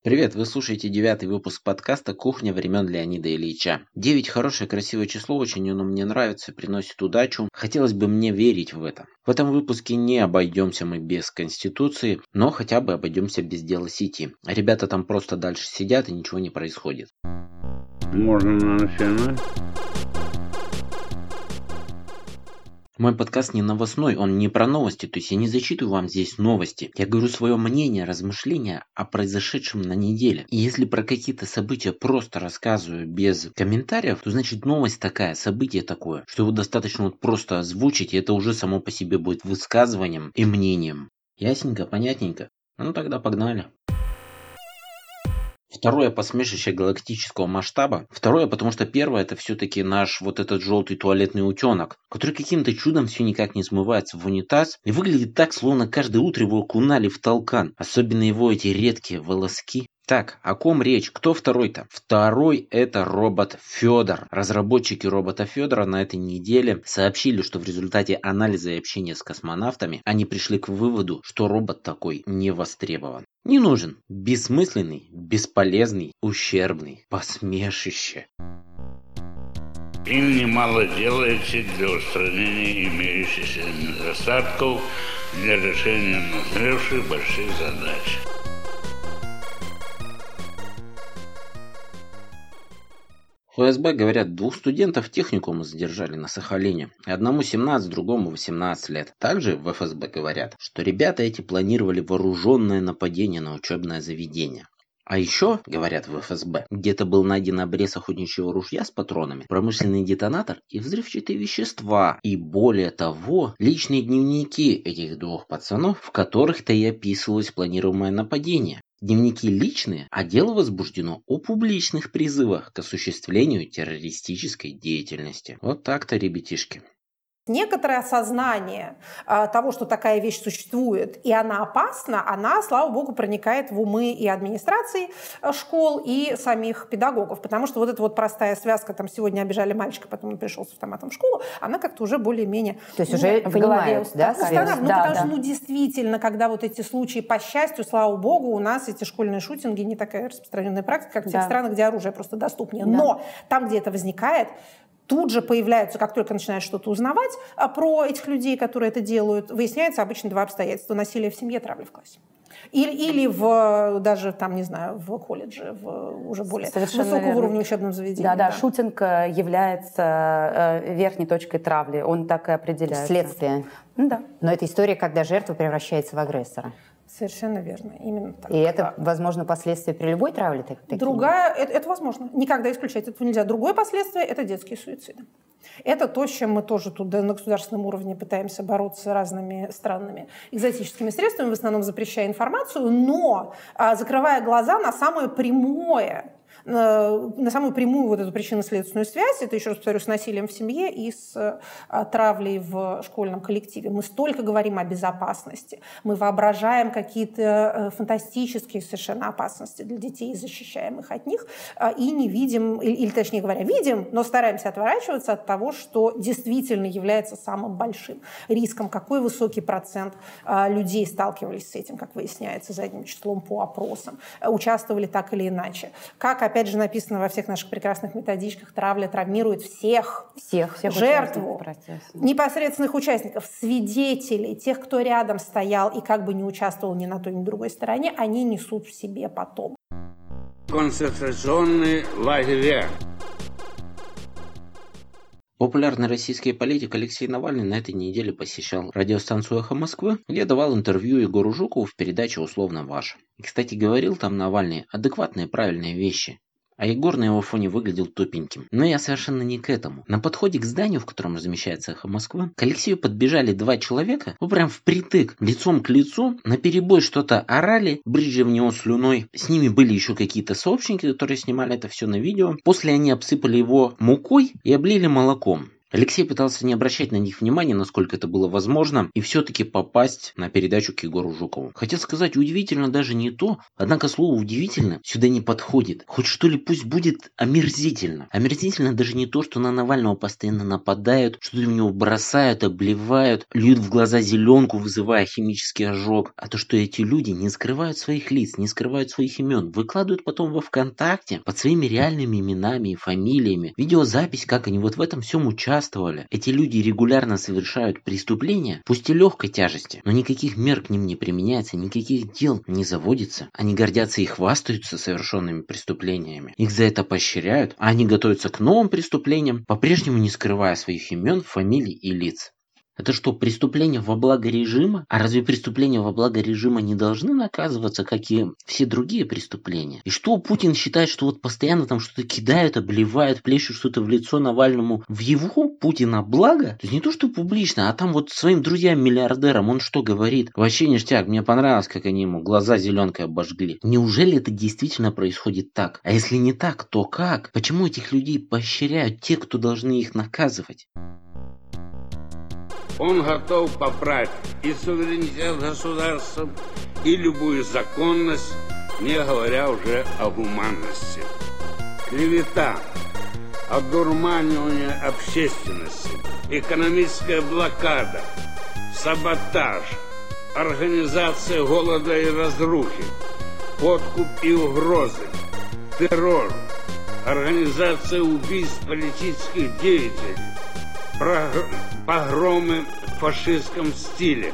Привет, вы слушаете 9-й выпуск подкаста «Кухня времен Леонида Ильича». 9 хорошее, красивое число, очень оно мне нравится, приносит удачу. Хотелось бы мне верить в это. В этом выпуске не обойдемся мы без Конституции, но хотя бы обойдемся без дела сети. Ребята там просто дальше сидят и ничего не происходит. Можно начинать? Мой подкаст не новостной, он не про новости, то есть я не зачитываю вам здесь новости. Я говорю свое мнение, размышления о произошедшем на неделе. И если про какие-то события просто рассказываю без комментариев, то значит новость такая, событие такое, что его достаточно просто озвучить, и это уже само по себе будет высказыванием и мнением. Ясненько, понятненько? Ну тогда погнали. Второе посмешище галактического масштаба. Второе, потому что первое это все-таки наш вот этот желтый туалетный утенок, который каким-то чудом все никак не смывается в унитаз и выглядит так, словно каждое утро его окунали в толкан. Особенно его эти редкие волоски. Так, о ком речь? Кто второй-то? Второй это робот Федор. Разработчики робота Федора на этой неделе сообщили, что в результате анализа и общения с космонавтами они пришли к выводу, что робот такой не востребован. Не нужен. Бессмысленный, бесполезный, ущербный. Посмешище. Им немало делается для устранения имеющихся недостатков для решения назревших больших задач. ФСБ, говорят, 2 студентов техникума задержали на Сахалине. Одному 17, другому 18 лет. Также в ФСБ говорят, что ребята эти планировали вооруженное нападение на учебное заведение. А еще, говорят в ФСБ, где-то был найден обрез охотничьего ружья с патронами, промышленный детонатор и взрывчатые вещества. И более того, личные дневники этих 2 пацанов, в которых-то и описывалось планируемое нападение. Дневники личные, а дело возбуждено о публичных призывах к осуществлению террористической деятельности. Вот так-то, ребятишки. Некоторое осознание того, что такая вещь существует, и она опасна, она, слава богу, проникает в умы и администрации школ, и самих педагогов. Потому что вот эта вот простая связка, там сегодня обижали мальчика, потом он пришел с автоматом в школу, она как-то уже более-менее... То есть уже понимают, да? Потому что, действительно, когда вот эти случаи, по счастью, слава богу, у нас эти школьные шутинги не такая распространенная практика, как в тех странах, где оружие просто доступнее. Да. Но там, где это возникает, тут же появляются, как только начинаешь что-то узнавать про этих людей, которые это делают, выясняется обычно 2 обстоятельства. Насилие в семье, травля в классе. Или даже там, не знаю, в колледже, в уже более высокого уровня учебном заведении. Да, шутинг является верхней точкой травли, он так и определяется. Следствие. Да. Но это история, когда жертва превращается в агрессора. Совершенно верно, именно так. И это, возможно, последствия при любой травле? Другая, это возможно. Никогда исключать этого нельзя. Другое последствие – это детские суициды. Это то, с чем мы тоже тут на государственном уровне пытаемся бороться разными странными экзотическими средствами, в основном запрещая информацию, но закрывая глаза на самое прямое, на самую прямую вот эту причинно-следственную связь, это, еще раз повторю, с насилием в семье и с травлей в школьном коллективе. Мы столько говорим о безопасности, мы воображаем какие-то фантастические совершенно опасности для детей, защищаем их от них, и не видим, или точнее говоря, видим, но стараемся отворачиваться от того, что действительно является самым большим риском. Какой высокий процент людей сталкивались с этим, как выясняется, задним числом по опросам, участвовали так или иначе. Как, опять же, написано во всех наших прекрасных методичках, травля травмирует всех жертву, непосредственных участников, свидетелей, тех, кто рядом стоял и как бы не участвовал ни на той, ни на другой стороне, они несут в себе потом. Концентрационный лагерь. Популярный российский политик Алексей Навальный на этой неделе посещал радиостанцию «Эхо Москвы», где давал интервью Егору Жукову в передаче «Условно ваш». И, кстати, говорил там Навальный адекватные правильные вещи. А Егор на его фоне выглядел тупеньким. Но я совершенно не к этому. На подходе к зданию, в котором размещается «Эхо Москвы», к Алексею подбежали 2 человека, прям впритык, лицом к лицу, наперебой что-то орали, брызжа в него слюной. С ними были еще какие-то сообщники, которые снимали это все на видео. После они обсыпали его мукой и облили молоком. Алексей пытался не обращать на них внимания, насколько это было возможно, и все-таки попасть на передачу к Егору Жукову. Хотел сказать, удивительно даже не то, однако слово «удивительно» сюда не подходит. Хоть что ли пусть будет омерзительно. Омерзительно даже не то, что на Навального постоянно нападают, что-то в него бросают, обливают, льют в глаза зеленку, вызывая химический ожог, а то, что эти люди не скрывают своих лиц, не скрывают своих имен, выкладывают потом во ВКонтакте под своими реальными именами и фамилиями видеозапись, как они вот в этом всем участвовали. Эти люди регулярно совершают преступления, пусть и легкой тяжести, но никаких мер к ним не применяется, никаких дел не заводится. Они гордятся и хвастаются совершенными преступлениями. Их за это поощряют, а они готовятся к новым преступлениям, по-прежнему не скрывая своих имен, фамилий и лиц. Это что, преступление во благо режима? А разве преступления во благо режима не должны наказываться, как и все другие преступления? И что Путин считает, что вот постоянно там что-то кидают, обливают, плещут что-то в лицо Навальному в его, Путина, благо? То есть не то, что публично, а там вот своим друзьям-миллиардерам он что говорит? Вообще ништяк, мне понравилось, как они ему глаза зеленкой обожгли. Неужели это действительно происходит так? А если не так, то как? Почему этих людей поощряют те, кто должны их наказывать? Он готов поправить и суверенитет государства, и любую законность, не говоря уже о гуманности. Клевета, одурманивание общественности, экономическая блокада, саботаж, организация голода и разрухи, подкуп и угрозы, террор, организация убийств политических деятелей, погромы в фашистском стиле.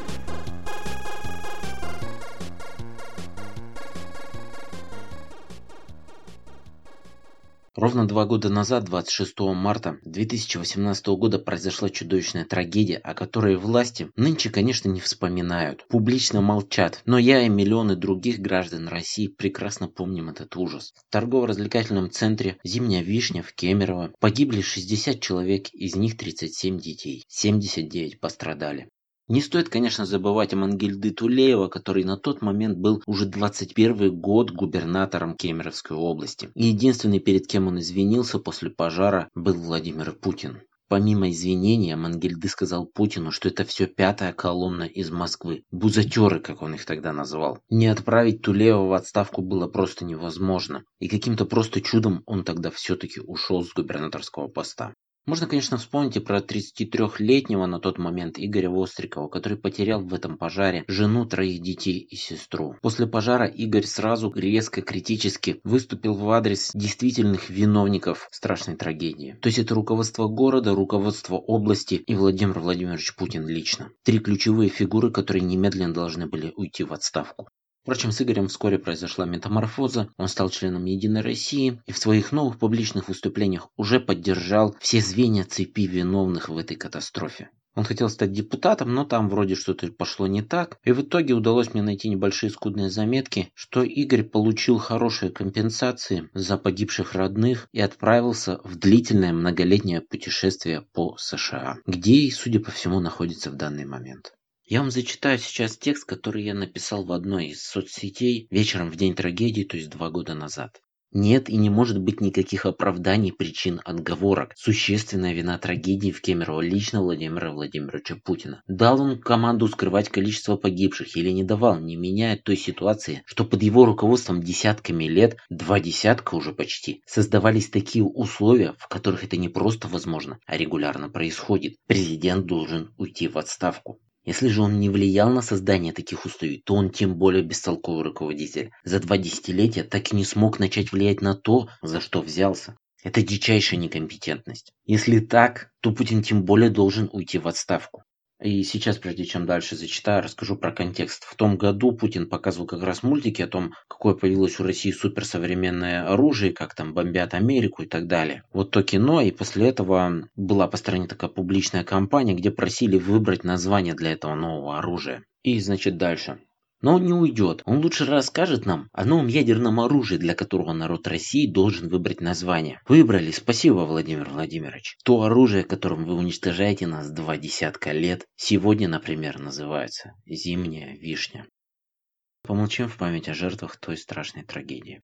Ровно 2 года назад, 26 марта 2018 года, произошла чудовищная трагедия, о которой власти нынче, конечно, не вспоминают, публично молчат. Но я и миллионы других граждан России прекрасно помним этот ужас. В торгово-развлекательном центре «Зимняя вишня» в Кемерово погибли 60 человек, из них 37 детей, 79 пострадали. Не стоит, конечно, забывать о Мангельды Тулеева, который на тот момент был уже 21 год губернатором Кемеровской области. И единственный, перед кем он извинился после пожара, был Владимир Путин. Помимо извинения, Мангельды сказал Путину, что это все пятая колонна из Москвы. Бузатеры, как он их тогда назвал. Не отправить Тулеева в отставку было просто невозможно. И каким-то просто чудом он тогда все-таки ушел с губернаторского поста. Можно, конечно, вспомнить и про 33-летнего на тот момент Игоря Вострикова, который потерял в этом пожаре жену, 3 детей и сестру. После пожара Игорь сразу резко, критически выступил в адрес действительных виновников страшной трагедии. То есть это руководство города, руководство области и Владимир Владимирович Путин лично. 3 ключевые фигуры, которые немедленно должны были уйти в отставку. Впрочем, с Игорем вскоре произошла метаморфоза, он стал членом Единой России и в своих новых публичных выступлениях уже поддержал все звенья цепи виновных в этой катастрофе. Он хотел стать депутатом, но там вроде что-то пошло не так, и в итоге удалось мне найти небольшие скудные заметки, что Игорь получил хорошие компенсации за погибших родных и отправился в длительное многолетнее путешествие по США, где и, судя по всему, находится в данный момент. Я вам зачитаю сейчас текст, который я написал в одной из соцсетей вечером в день трагедии, то есть 2 года назад. Нет и не может быть никаких оправданий, причин, отговорок. Существенная вина трагедии в Кемерово лично Владимира Владимировича Путина. Дал он команду скрывать количество погибших или не давал, не меняя той ситуации, что под его руководством десятками лет, 2 десятка уже почти, создавались такие условия, в которых это не просто возможно, а регулярно происходит. Президент должен уйти в отставку. Если же он не влиял на создание таких условий, то он тем более бестолковый руководитель. За 2 десятилетия так и не смог начать влиять на то, за что взялся. Это дичайшая некомпетентность. Если так, то Путин тем более должен уйти в отставку. И сейчас, прежде чем дальше зачитаю, расскажу про контекст. В том году Путин показывал как раз мультики о том, какое появилось у России суперсовременное оружие, как там бомбят Америку и так далее. Вот то кино, и после этого была построена такая публичная кампания, где просили выбрать название для этого нового оружия. И, значит, дальше. Но он не уйдет. Он лучше расскажет нам о новом ядерном оружии, для которого народ России должен выбрать название. Выбрали. Спасибо, Владимир Владимирович. То оружие, которым вы уничтожаете нас 2 десятка лет, сегодня, например, называется «Зимняя вишня». Помолчим в память о жертвах той страшной трагедии.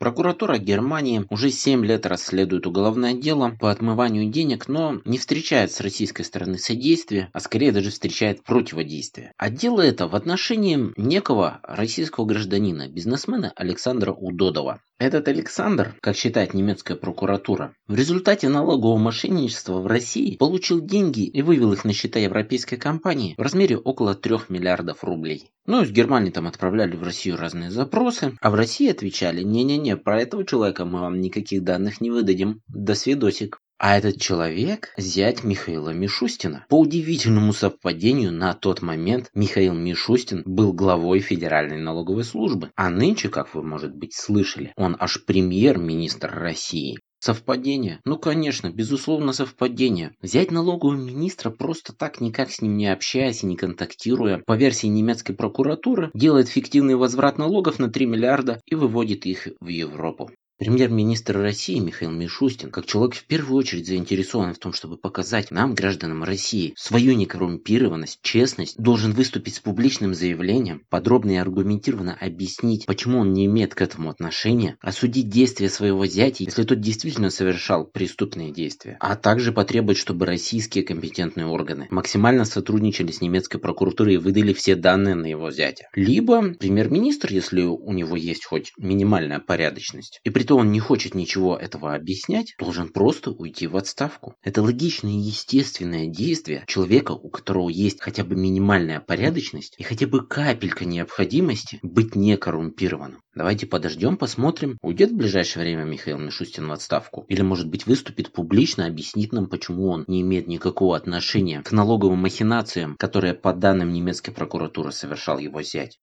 Прокуратура Германии уже 7 лет расследует уголовное дело по отмыванию денег, но не встречает с российской стороны содействия, а скорее даже встречает противодействие. А дело это в отношении некого российского гражданина, бизнесмена Александра Удодова. Этот Александр, как считает немецкая прокуратура, в результате налогового мошенничества в России получил деньги и вывел их на счета европейской компании в размере около 3 миллиардов рублей. Ну, из Германии там отправляли в Россию разные запросы, а в России отвечали: не-не-не, про этого человека мы вам никаких данных не выдадим. До свидосик. А этот человек – зять Михаила Мишустина. По удивительному совпадению, на тот момент Михаил Мишустин был главой Федеральной налоговой службы. А нынче, как вы, может быть, слышали, он аж премьер-министр России. Совпадение? Ну, конечно, безусловно, совпадение. Взять налогового министра просто так, никак с ним не общаясь и не контактируя, по версии немецкой прокуратуры, делает фиктивный возврат налогов на 3 миллиарда и выводит их в Европу. Премьер-министр России Михаил Мишустин, как человек в первую очередь заинтересованный в том, чтобы показать нам, гражданам России, свою некоррумпированность, честность, должен выступить с публичным заявлением, подробно и аргументированно объяснить, почему он не имеет к этому отношения, осудить действия своего зятя, если тот действительно совершал преступные действия, а также потребовать, чтобы российские компетентные органы максимально сотрудничали с немецкой прокуратурой и выдали все данные на его зятя. Либо премьер-министр, если у него есть хоть минимальная порядочность, и при том он не хочет ничего этого объяснять, должен просто уйти в отставку. Это логичное и естественное действие человека, у которого есть хотя бы минимальная порядочность и хотя бы капелька необходимости быть некоррумпированным. Давайте подождем, посмотрим, уйдет в ближайшее время Михаил Мишустин в отставку. Или, может быть, выступит публично, объяснит нам, почему он не имеет никакого отношения к налоговым махинациям, которые, по данным немецкой прокуратуры, совершал его зять.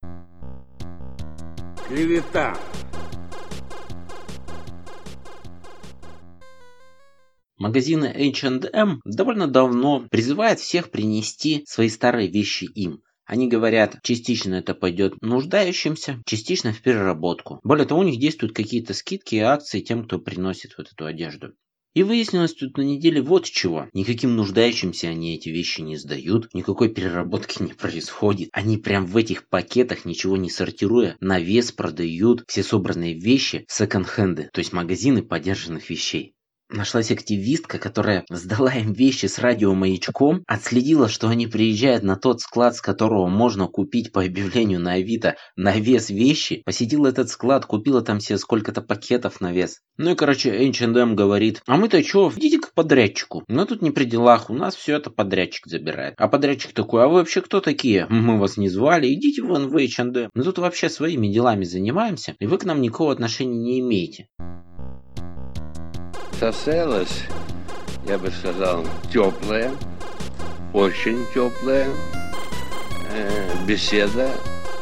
Клевета. Магазины H&M довольно давно призывают всех принести свои старые вещи им. Они говорят, частично это пойдет нуждающимся, частично в переработку. Более того, у них действуют какие-то скидки и акции тем, кто приносит вот эту одежду. И выяснилось тут на неделе вот чего. Никаким нуждающимся они эти вещи не сдают, никакой переработки не происходит. Они прям в этих пакетах, ничего не сортируя, на вес продают все собранные вещи в секонд-хенды, то есть магазины подержанных вещей. Нашлась активистка, которая сдала им вещи с радиомаячком, отследила, что они приезжают на тот склад, с которого можно купить по объявлению на Авито на вес вещи, посетила этот склад, купила там себе сколько-то пакетов на вес. Ну и короче, H&M говорит: а мы-то чё, идите к подрядчику, мы тут не при делах, у нас все это подрядчик забирает. А подрядчик такой: а вы вообще кто такие? Мы вас не звали, идите вон в H&M. Мы тут вообще своими делами занимаемся, и вы к нам никакого отношения не имеете. Состоялась, я бы сказал, теплая, очень теплая беседа.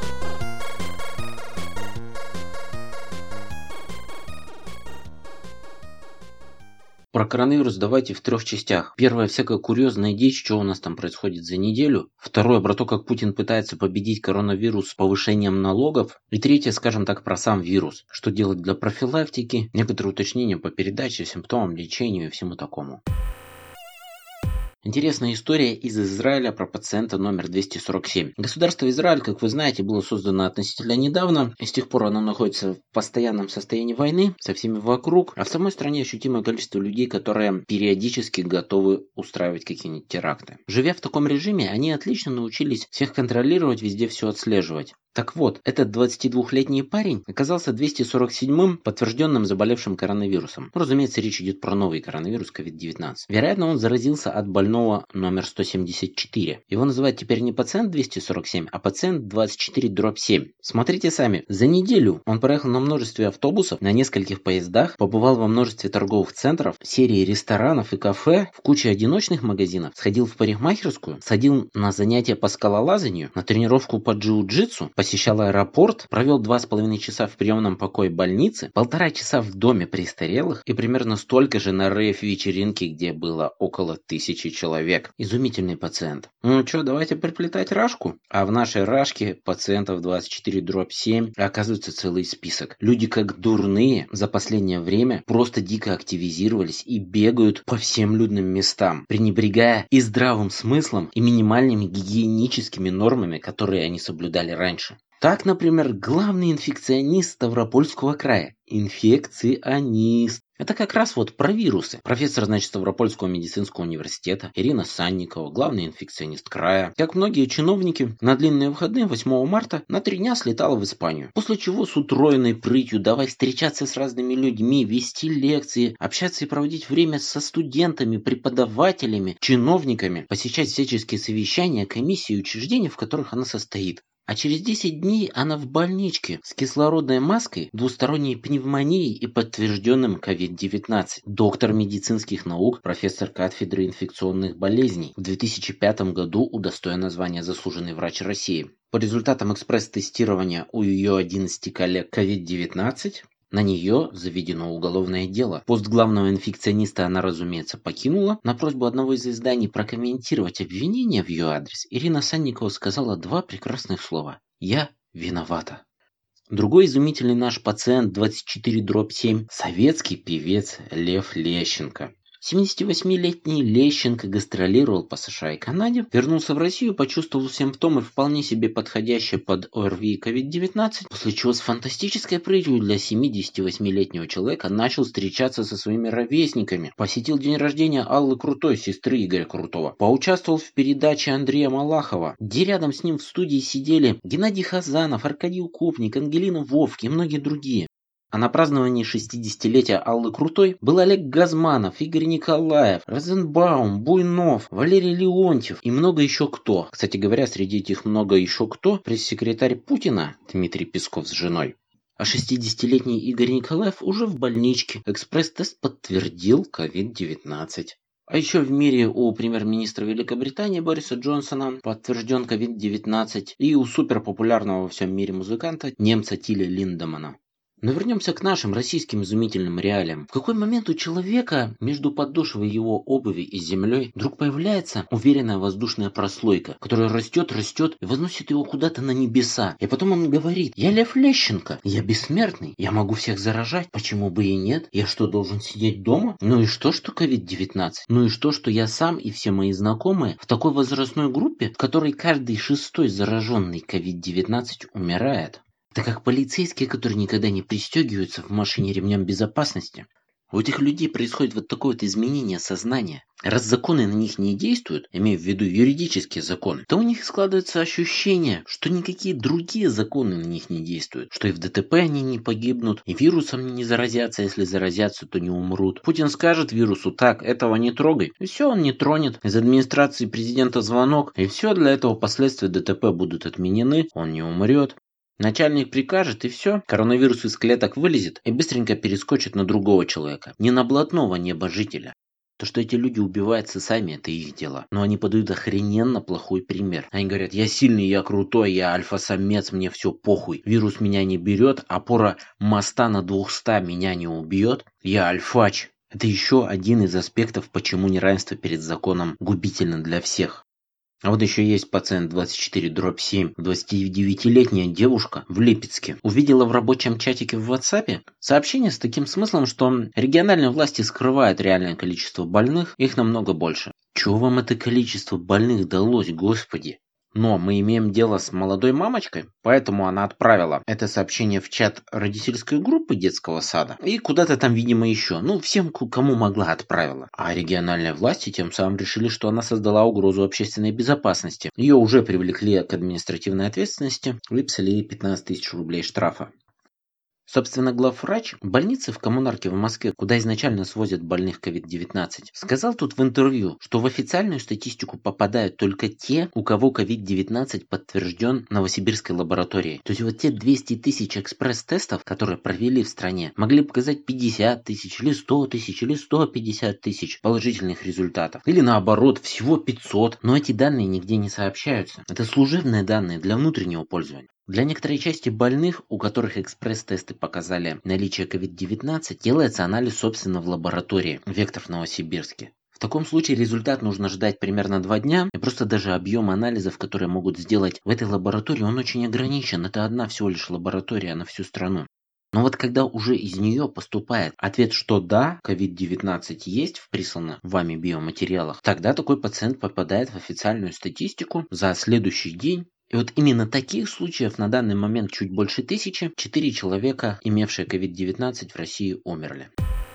Про коронавирус давайте в 3 частях. Первое, всякая курьезная дичь, что у нас там происходит за неделю. Второе, про то, как Путин пытается победить коронавирус с повышением налогов. И третье, скажем так, про сам вирус. Что делать для профилактики, некоторые уточнения по передаче, симптомам, лечению и всему такому. Интересная история из Израиля про пациента номер 247. Государство Израиль, как вы знаете, было создано относительно недавно, и с тех пор оно находится в постоянном состоянии войны со всеми вокруг, а в самой стране ощутимое количество людей, которые периодически готовы устраивать какие-нибудь теракты. Живя в таком режиме, они отлично научились всех контролировать, везде все отслеживать. Так вот, этот 22-летний парень оказался 247-м подтвержденным заболевшим коронавирусом. Разумеется, речь идет про новый коронавирус COVID-19. Вероятно, он заразился от больного номер 174. Его называют теперь не пациент 247, а пациент 24/7. Смотрите сами. За неделю он проехал на множестве автобусов, на нескольких поездах, побывал во множестве торговых центров, серии ресторанов и кафе, в куче одиночных магазинов, сходил в парикмахерскую, сходил на занятия по скалолазанию, на тренировку по джиу-джитсу, посещал аэропорт, провел 2,5 часа в приемном покое больницы, 1,5 часа в доме престарелых и примерно столько же на рейв-вечеринке, где было около 1000 человек. Изумительный пациент. Ну что, давайте приплетать рашку? А в нашей рашке пациентов 24/7 оказывается целый список. Люди как дурные за последнее время просто дико активизировались и бегают по всем людным местам, пренебрегая и здравым смыслом, и минимальными гигиеническими нормами, которые они соблюдали раньше. Так, например, главный инфекционист Ставропольского края инфекционист. Это как раз вот про вирусы. Профессор, значит, Ставропольского медицинского университета Ирина Санникова, главный инфекционист края. Как многие чиновники, на длинные выходные 8 марта на 3 дня слетала в Испанию. После чего с утроенной прытью давай встречаться с разными людьми, вести лекции, общаться и проводить время со студентами, преподавателями, чиновниками, посещать всяческие совещания, комиссии и учреждения, в которых она состоит. А через 10 дней она в больничке с кислородной маской, двусторонней пневмонией и подтвержденным COVID-19. Доктор медицинских наук, профессор кафедры инфекционных болезней. В 2005 году удостоена звания «Заслуженный врач России». По результатам экспресс-тестирования у ее 11 коллег COVID-19, на нее заведено уголовное дело. Пост главного инфекциониста она, разумеется, покинула. На просьбу одного из изданий прокомментировать обвинения в ее адрес Ирина Санникова сказала 2 прекрасных слова: «Я виновата». Другой изумительный наш пациент 24/7 – советский певец Лев Лещенко. 78-летний Лещенко гастролировал по США и Канаде, вернулся в Россию, почувствовал симптомы, вполне себе подходящие под ОРВИ и COVID-19, после чего с фантастической прытью для 78-летнего человека начал встречаться со своими ровесниками, посетил день рождения Аллы Крутой, сестры Игоря Крутого, поучаствовал в передаче Андрея Малахова, где рядом с ним в студии сидели Геннадий Хазанов, Аркадий Укупник, Ангелина Вовки и многие другие. А на праздновании 60-летия Аллы Крутой был Олег Газманов, Игорь Николаев, Розенбаум, Буйнов, Валерий Леонтьев и много еще кто. Кстати говоря, среди этих много еще кто пресс-секретарь Путина Дмитрий Песков с женой. А 60-летний Игорь Николаев уже в больничке. Экспресс-тест подтвердил COVID-19. А еще в мире у премьер-министра Великобритании Бориса Джонсона подтвержден COVID-19 и у суперпопулярного во всем мире музыканта немца Тиля Линдемана. Но вернемся к нашим российским изумительным реалиям. В какой момент у человека между подошвой его обуви и землей вдруг появляется уверенная воздушная прослойка, которая растет и возносит его куда-то на небеса. И потом он говорит: «Я Лев Лещенко, я бессмертный, я могу всех заражать, почему бы и нет? Я что, должен сидеть дома? Ну и что COVID-19? Ну и что я сам и все мои знакомые в такой возрастной группе, в которой каждый 6-й зараженный COVID-19 умирает?» Это как полицейские, которые никогда не пристегиваются в машине ремнем безопасности. У этих людей происходит вот такое вот изменение сознания. Раз законы на них не действуют, имею в виду юридические законы, то у них складывается ощущение, что никакие другие законы на них не действуют. Что и в ДТП они не погибнут, и вирусом не заразятся, если заразятся, то не умрут. Путин скажет вирусу: так, этого не трогай. И все, он не тронет. Из администрации президента звонок, и все, для этого последствия ДТП будут отменены, он не умрет. Начальник прикажет, и все, коронавирус из клеток вылезет и быстренько перескочит на другого человека, не на блатного небожителя. То, что эти люди убиваются сами, это их дело. Но они подают охрененно плохой пример. Они говорят: я сильный, я крутой, я альфа-самец, мне все похуй. Вирус меня не берет, опора моста на 200 меня не убьет. Я альфач. Это еще один из аспектов, почему неравенство перед законом губительно для всех. А вот еще есть пациент 24/7, 29-летняя девушка в Липецке. Увидела в рабочем чатике в WhatsApp сообщение с таким смыслом, что региональные власти скрывают реальное количество больных, их намного больше. Чего вам это количество больных далось, господи? Но мы имеем дело с молодой мамочкой, поэтому она отправила это сообщение в чат родительской группы детского сада и куда-то там, видимо, еще. Ну, всем, кому могла, отправила. А региональные власти тем самым решили, что она создала угрозу общественной безопасности. Ее уже привлекли к административной ответственности, выписали ей 15 тысяч рублей штрафа. Собственно, главврач больницы в Коммунарке в Москве, куда изначально свозят больных COVID-19, сказал тут в интервью, что в официальную статистику попадают только те, у кого COVID-19 подтвержден в новосибирской лаборатории. То есть вот те 200 тысяч экспресс-тестов, которые провели в стране, могли показать 50 тысяч, или 100 тысяч, или 150 тысяч положительных результатов. Или наоборот, всего 500. Но эти данные нигде не сообщаются. Это служебные данные для внутреннего пользования. Для некоторой части больных, у которых экспресс-тесты показали наличие COVID-19, делается анализ собственно в лаборатории «Вектор» в Новосибирске. В таком случае результат нужно ждать примерно 2 дня, и просто даже объем анализов, которые могут сделать в этой лаборатории, он очень ограничен. Это одна всего лишь лаборатория на всю страну. Но вот когда уже из нее поступает ответ, что да, COVID-19 есть в присланных вами биоматериалах, тогда такой пациент попадает в официальную статистику за следующий день И вот именно таких случаев на данный момент чуть больше 1000. 4 человека, имевшие COVID-19 в России, умерли.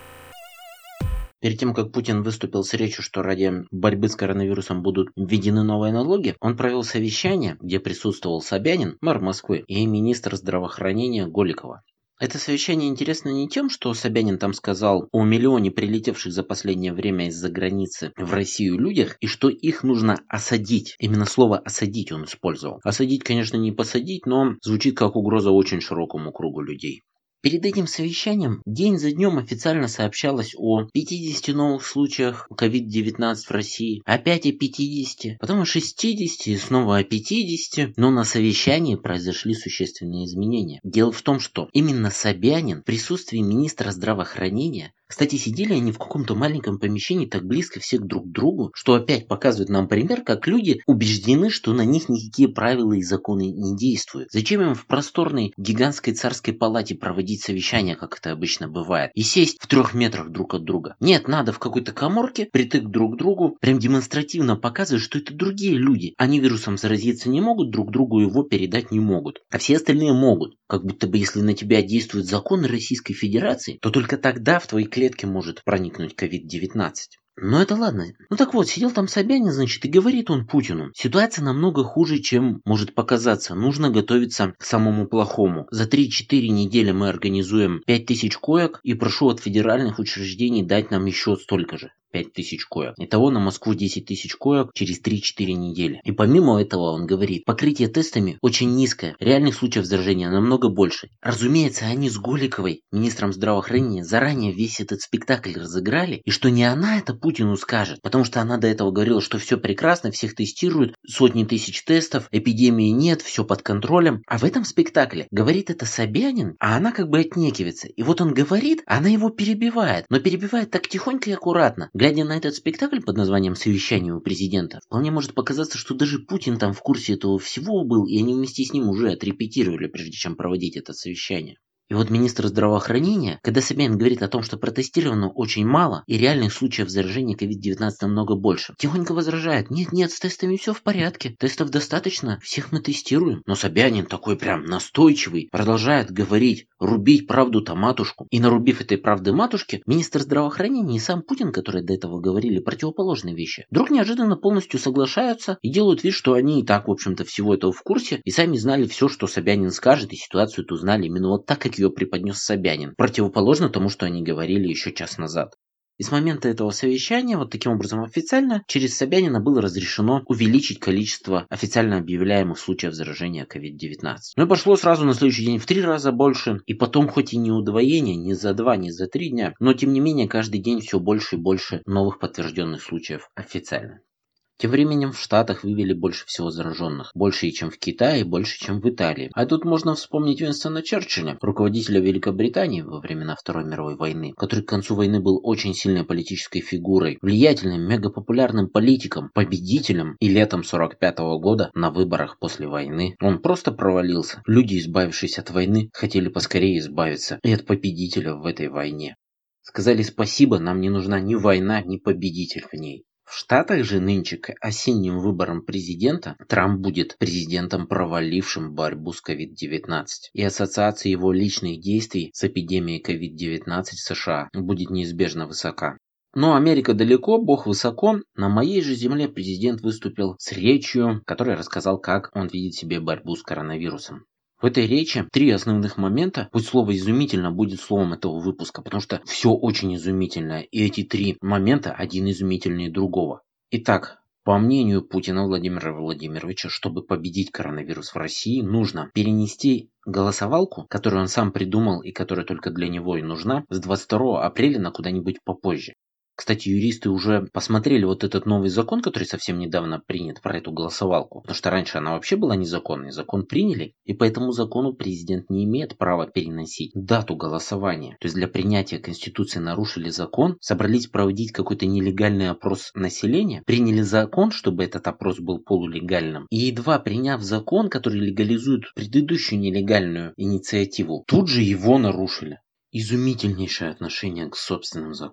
Перед тем, как Путин выступил с речью, что ради борьбы с коронавирусом будут введены новые налоги, он провел совещание, где присутствовал Собянин, мэр Москвы, и министр здравоохранения Голикова. Это совещание интересно не тем, что Собянин там сказал о миллионе прилетевших за последнее время из-за границы в Россию людях, и что их нужно осадить. Именно слово «осадить» он использовал. Осадить, конечно, не посадить, но звучит как угроза очень широкому кругу людей. Перед этим совещанием день за днем официально сообщалось о 50 новых случаях COVID-19 в России, опять о 50, потом о 60 и снова о 50, но на совещании произошли существенные изменения. Дело в том, что именно Собянин в присутствии министра здравоохранения, кстати, сидели они в каком-то маленьком помещении так близко все друг к другу, что опять показывает нам пример, как люди убеждены, что на них никакие правила и законы не действуют. Зачем им в просторной гигантской царской палате проводить совещание, как это обычно бывает, и сесть в 3 метрах друг от друга? Нет, надо в какой-то каморке притык друг к другу, прям демонстративно показывать, что это другие люди. Они вирусом заразиться не могут, друг другу его передать не могут, а все остальные могут. Как будто бы если на тебя действуют законы Российской Федерации, то только тогда в твои клетки может проникнуть COVID-19. Но это ладно. Ну так вот, сидел там Собянин, значит, и говорит он Путину: ситуация намного хуже, чем может показаться. Нужно готовиться к самому плохому. За 3-4 недели мы организуем 5000 коек и прошу от федеральных учреждений дать нам еще столько же. 5000 коек. Итого на Москву 10 000 коек через 3-4 недели. И помимо этого он говорит, покрытие тестами очень низкое, реальных случаев заражения намного больше. Разумеется, они с Голиковой, министром здравоохранения, заранее весь этот спектакль разыграли, и что не она это Путину скажет, потому что она до этого говорила, что все прекрасно, всех тестируют, сотни тысяч тестов, эпидемии нет, все под контролем. А в этом спектакле говорит это Собянин, а она как бы отнекивается. И вот он говорит, а она его перебивает, но перебивает так тихонько и аккуратно. Глядя на этот спектакль под названием «Совещание у президента», вполне может показаться, что даже Путин там в курсе этого всего был, и они вместе с ним уже отрепетировали, прежде чем проводить это совещание. И вот министр здравоохранения, когда Собянин говорит о том, что протестировано очень мало и реальных случаев заражения COVID-19 намного больше, тихонько возражает: нет, с тестами все в порядке, тестов достаточно, всех мы тестируем. Но Собянин такой прям настойчивый, продолжает говорить, рубить правду-то матушку. И нарубив этой правды матушки, министр здравоохранения и сам Путин, которые до этого говорили противоположные вещи, вдруг неожиданно полностью соглашаются и делают вид, что они и так, в общем-то, всего этого в курсе, и сами знали все, что Собянин скажет, и ситуацию эту знали именно вот так, как ее преподнес Собянин, противоположно тому, что они говорили еще час назад. И с момента этого совещания, вот таким образом официально, через Собянина было разрешено увеличить количество официально объявляемых случаев заражения COVID-19. Ну и пошло сразу на следующий день в 3 раза больше, и потом хоть и не удвоение, не за 2, не за 3 дня, но тем не менее каждый день все больше и больше новых подтвержденных случаев официально. Тем временем в Штатах вывели больше всего зараженных. Больше, чем в Китае, больше, чем в Италии. А тут можно вспомнить Уинстона Черчилля, руководителя Великобритании во времена Второй мировой войны, который к концу войны был очень сильной политической фигурой, влиятельным, мегапопулярным политиком, победителем. И летом 1945 года на выборах после войны он просто провалился. Люди, избавившись от войны, хотели поскорее избавиться и от победителя в этой войне. Сказали: спасибо, нам не нужна ни война, ни победитель в ней. В Штатах же нынче к осенним выборам президента Трамп будет президентом, провалившим борьбу с COVID-19. И ассоциация его личных действий с эпидемией COVID-19 в США будет неизбежно высока. Но Америка далеко, Бог высоко. На моей же земле президент выступил с речью, в которой рассказал, как он видит себе борьбу с коронавирусом. В этой речи 3 основных момента. Пусть слово «изумительно» будет словом этого выпуска, потому что все очень изумительно. И эти 3 момента один изумительнее другого. Итак, по мнению Путина Владимира Владимировича, чтобы победить коронавирус в России, нужно перенести голосовалку, которую он сам придумал и которая только для него и нужна, с 22 апреля на куда-нибудь попозже. Кстати, юристы уже посмотрели вот этот новый закон, который совсем недавно принят, про эту голосовалку. Потому что раньше она вообще была незаконной. Закон приняли, и по этому закону президент не имеет права переносить дату голосования. То есть для принятия Конституции нарушили закон, собрались проводить какой-то нелегальный опрос населения, приняли закон, чтобы этот опрос был полулегальным. И едва приняв закон, который легализует предыдущую нелегальную инициативу, тут же его нарушили. Изумительнейшее отношение к собственным законам.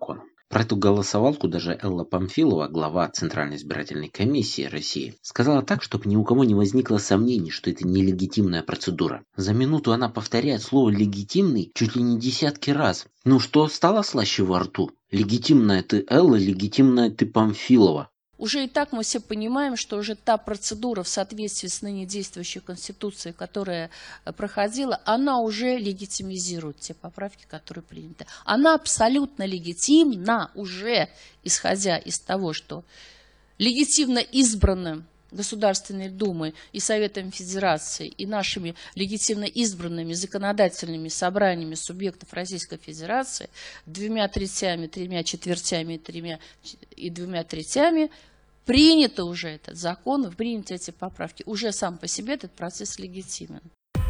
Про эту голосовалку даже Элла Памфилова, глава Центральной избирательной комиссии России, сказала так, чтобы ни у кого не возникло сомнений, что это нелегитимная процедура. За минуту она повторяет слово «легитимный» чуть ли не десятки раз. Ну что стало слаще во рту? Легитимная ты Элла, легитимная ты Памфилова. Уже и так мы все понимаем, что уже та процедура в соответствии с ныне действующей Конституцией, которая проходила, она уже легитимизирует те поправки, которые приняты. Она абсолютно легитимна уже, исходя из того, что легитимно избранным Государственной Думой и Советом Федерации и нашими легитимно избранными законодательными собраниями субъектов Российской Федерации 2/3, 3/4 и 2/3 принято уже этот закон, приняты эти поправки. Уже сам по себе этот процесс легитимен.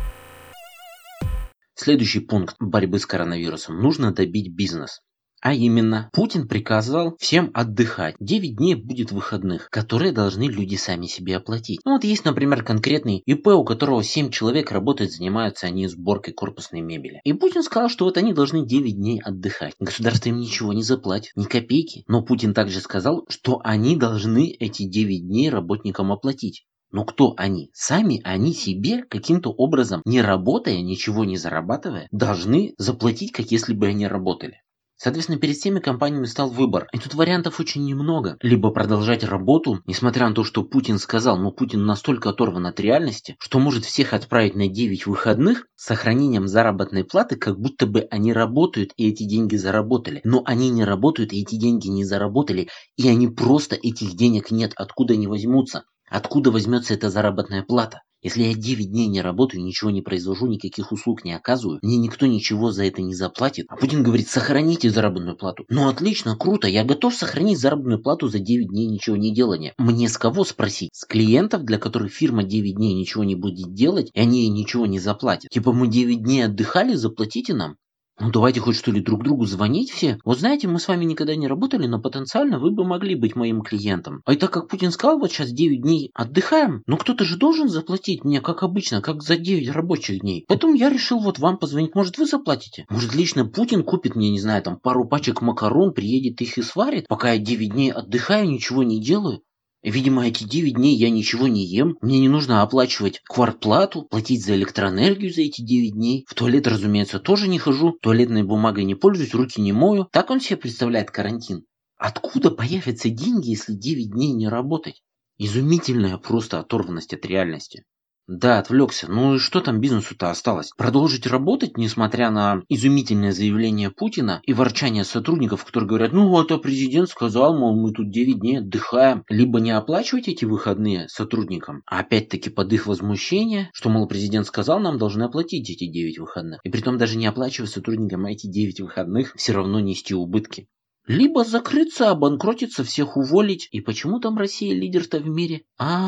Следующий пункт борьбы с коронавирусом. Нужно добить бизнес. А именно, Путин приказал всем отдыхать. 9 дней будет выходных, которые должны люди сами себе оплатить. Ну вот есть, например, конкретный ИП, у которого 7 человек работает, занимаются они сборкой корпусной мебели. И Путин сказал, что вот они должны 9 дней отдыхать. Государство им ничего не заплатит, ни копейки. Но Путин также сказал, что они должны эти 9 дней работникам оплатить. Но кто они? Сами они себе каким-то образом, не работая, ничего не зарабатывая, должны заплатить, как если бы они работали. Соответственно, перед всеми компаниями стал выбор. И тут вариантов очень немного. Либо продолжать работу, несмотря на то, что Путин сказал, но Путин настолько оторван от реальности, что может всех отправить на 9 выходных с сохранением заработной платы, как будто бы они работают и эти деньги заработали. Но они не работают и эти деньги не заработали. И они просто, этих денег нет. Откуда они возьмутся? Откуда возьмется эта заработная плата? Если я 9 дней не работаю, ничего не произвожу, никаких услуг не оказываю, мне никто ничего за это не заплатит. А Путин говорит, сохраните заработную плату. Ну отлично, круто, я готов сохранить заработную плату за 9 дней ничего не делания. Мне с кого спросить? С клиентов, для которых фирма 9 дней ничего не будет делать, и они ей ничего не заплатят. Типа мы 9 дней отдыхали, заплатите нам. Ну давайте хоть что ли друг другу звонить все. Вот знаете, мы с вами никогда не работали, но потенциально вы бы могли быть моим клиентом. А и так как Путин сказал, вот сейчас 9 дней отдыхаем, ну кто-то же должен заплатить мне, как обычно, как за 9 рабочих дней. Поэтому я решил вот вам позвонить, может вы заплатите? Может лично Путин купит мне, не знаю, там пару пачек макарон, приедет их и сварит, пока я 9 дней отдыхаю, ничего не делаю. Видимо, эти 9 дней я ничего не ем, мне не нужно оплачивать квартплату, платить за электроэнергию за эти 9 дней. В туалет, разумеется, тоже не хожу, туалетной бумагой не пользуюсь, руки не мою. Так он себе представляет карантин. Откуда появятся деньги, если 9 дней не работать? Изумительная просто оторванность от реальности. Да, отвлекся. Ну и что там бизнесу-то осталось? Продолжить работать, несмотря на изумительное заявление Путина и ворчание сотрудников, которые говорят, ну вот, а президент сказал, мол, мы тут 9 дней отдыхаем. Либо не оплачивать эти выходные сотрудникам, а опять-таки под их возмущение, что, мол, президент сказал, нам должны оплатить эти 9 выходных. И притом даже не оплачивая сотрудникам эти 9 выходных, все равно нести убытки. Либо закрыться, обанкротиться, всех уволить. И почему там Россия лидер-то в мире?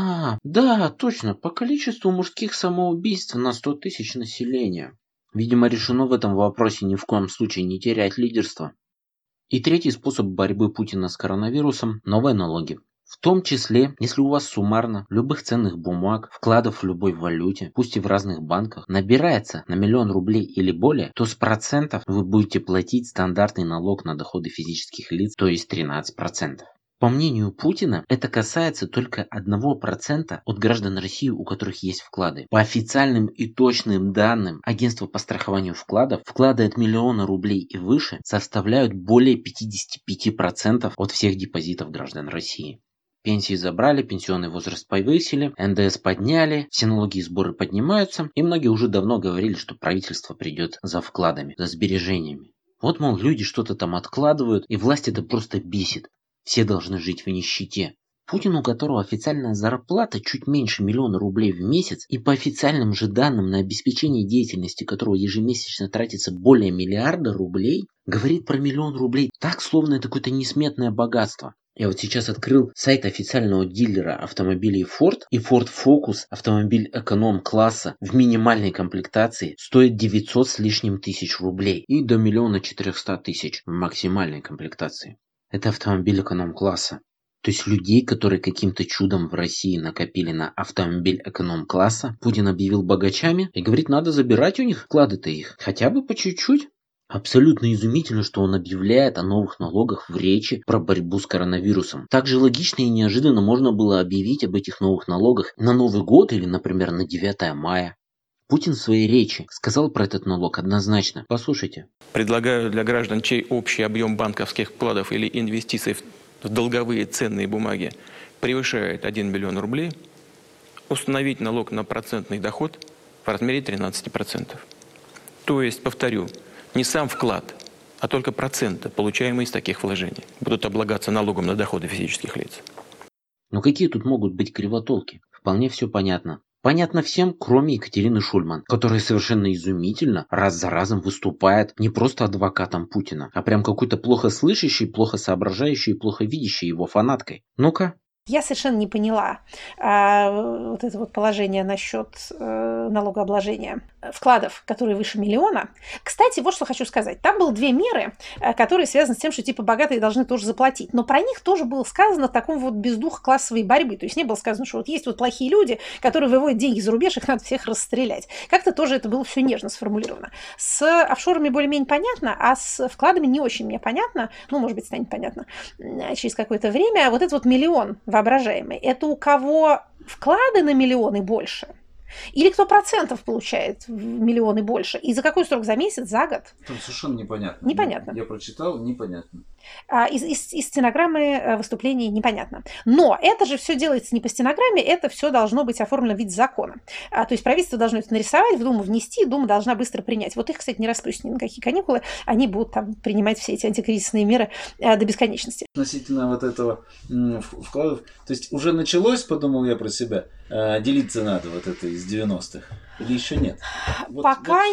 Да, точно, по количеству мужских самоубийств на 100 тысяч населения. Видимо, решено в этом вопросе ни в коем случае не терять лидерство. И третий способ борьбы Путина с коронавирусом – новые налоги. В том числе, если у вас суммарно любых ценных бумаг, вкладов в любой валюте, пусть и в разных банках, набирается на 1 000 000 рублей или более, то с процентов вы будете платить стандартный налог на доходы физических лиц, то есть 13%. По мнению Путина, это касается только 1% от граждан России, у которых есть вклады. По официальным и точным данным Агентства по страхованию вкладов, вклады от 1 000 000 рублей и выше составляют более 55% от всех депозитов граждан России. Пенсии забрали, пенсионный возраст повысили, НДС подняли, все налоги и сборы поднимаются, и многие уже давно говорили, что правительство придет за вкладами, за сбережениями. Вот, мол, люди что-то там откладывают, и власть это просто бесит. Все должны жить в нищете. Путин, у которого официальная зарплата чуть меньше 1 000 000 рублей в месяц, и по официальным же данным на обеспечение деятельности которого ежемесячно тратится более 1 миллиарда рублей, говорит про 1 000 000 рублей так, словно это какое-то несметное богатство. Я вот сейчас открыл сайт официального дилера автомобилей Ford, и Ford Focus, автомобиль эконом-класса в минимальной комплектации, стоит 900 с лишним тысяч рублей и до 1 400 000 в максимальной комплектации. Это автомобиль эконом-класса. То есть людей, которые каким-то чудом в России накопили на автомобиль эконом-класса, Путин объявил богачами и говорит, надо забирать у них вклады-то их, хотя бы по чуть-чуть. Абсолютно изумительно, что он объявляет о новых налогах в речи про борьбу с коронавирусом. Также логично и неожиданно можно было объявить об этих новых налогах на Новый год или, например, на 9 мая. Путин в своей речи сказал про этот налог однозначно. Послушайте. Предлагаю для граждан, чей общий объем банковских вкладов или инвестиций в долговые ценные бумаги превышает 1 миллион рублей, установить налог на процентный доход в размере 13%. То есть, повторю, не сам вклад, а только проценты, получаемые из таких вложений, будут облагаться налогом на доходы физических лиц. Но какие тут могут быть кривотолки? Вполне все понятно. Понятно всем, кроме Екатерины Шульман, которая совершенно изумительно раз за разом выступает не просто адвокатом Путина, а прям какой-то плохо слышащей, плохо соображающей и плохо видящей его фанаткой. Ну-ка. Я совершенно не поняла вот это вот положение насчет налогообложения вкладов, которые выше миллиона. Кстати, вот что хочу сказать. Там было две меры, которые связаны с тем, что типа богатые должны тоже заплатить. Но про них тоже было сказано в таком вот бездуха классовой борьбы. То есть не было сказано, что вот есть вот плохие люди, которые выводят деньги за рубеж, их надо всех расстрелять. Как-то тоже это было все нежно сформулировано. С офшорами более-менее понятно, а с вкладами не очень мне понятно. Ну, может быть, станет понятно через какое-то время. Вот этот вот миллион воображаемый, это у кого вклады на миллионы больше? Или кто процентов получает в миллионы больше? И за какой срок? За месяц, за год? Там совершенно непонятно. Непонятно. Я прочитал, непонятно. Из стенограммы выступлений непонятно. Но это же все делается не по стенограмме, это все должно быть оформлено в виде закона. То есть правительство должно это нарисовать, в Думу внести, Дума должна быстро принять. Вот их, кстати, не распустят ни на какие каникулы, они будут там принимать все эти антикризисные меры до бесконечности. Относительно вот этого вкладов, то есть уже началось, подумал я про себя, делиться надо вот это из 90-х? Или еще нет? Пока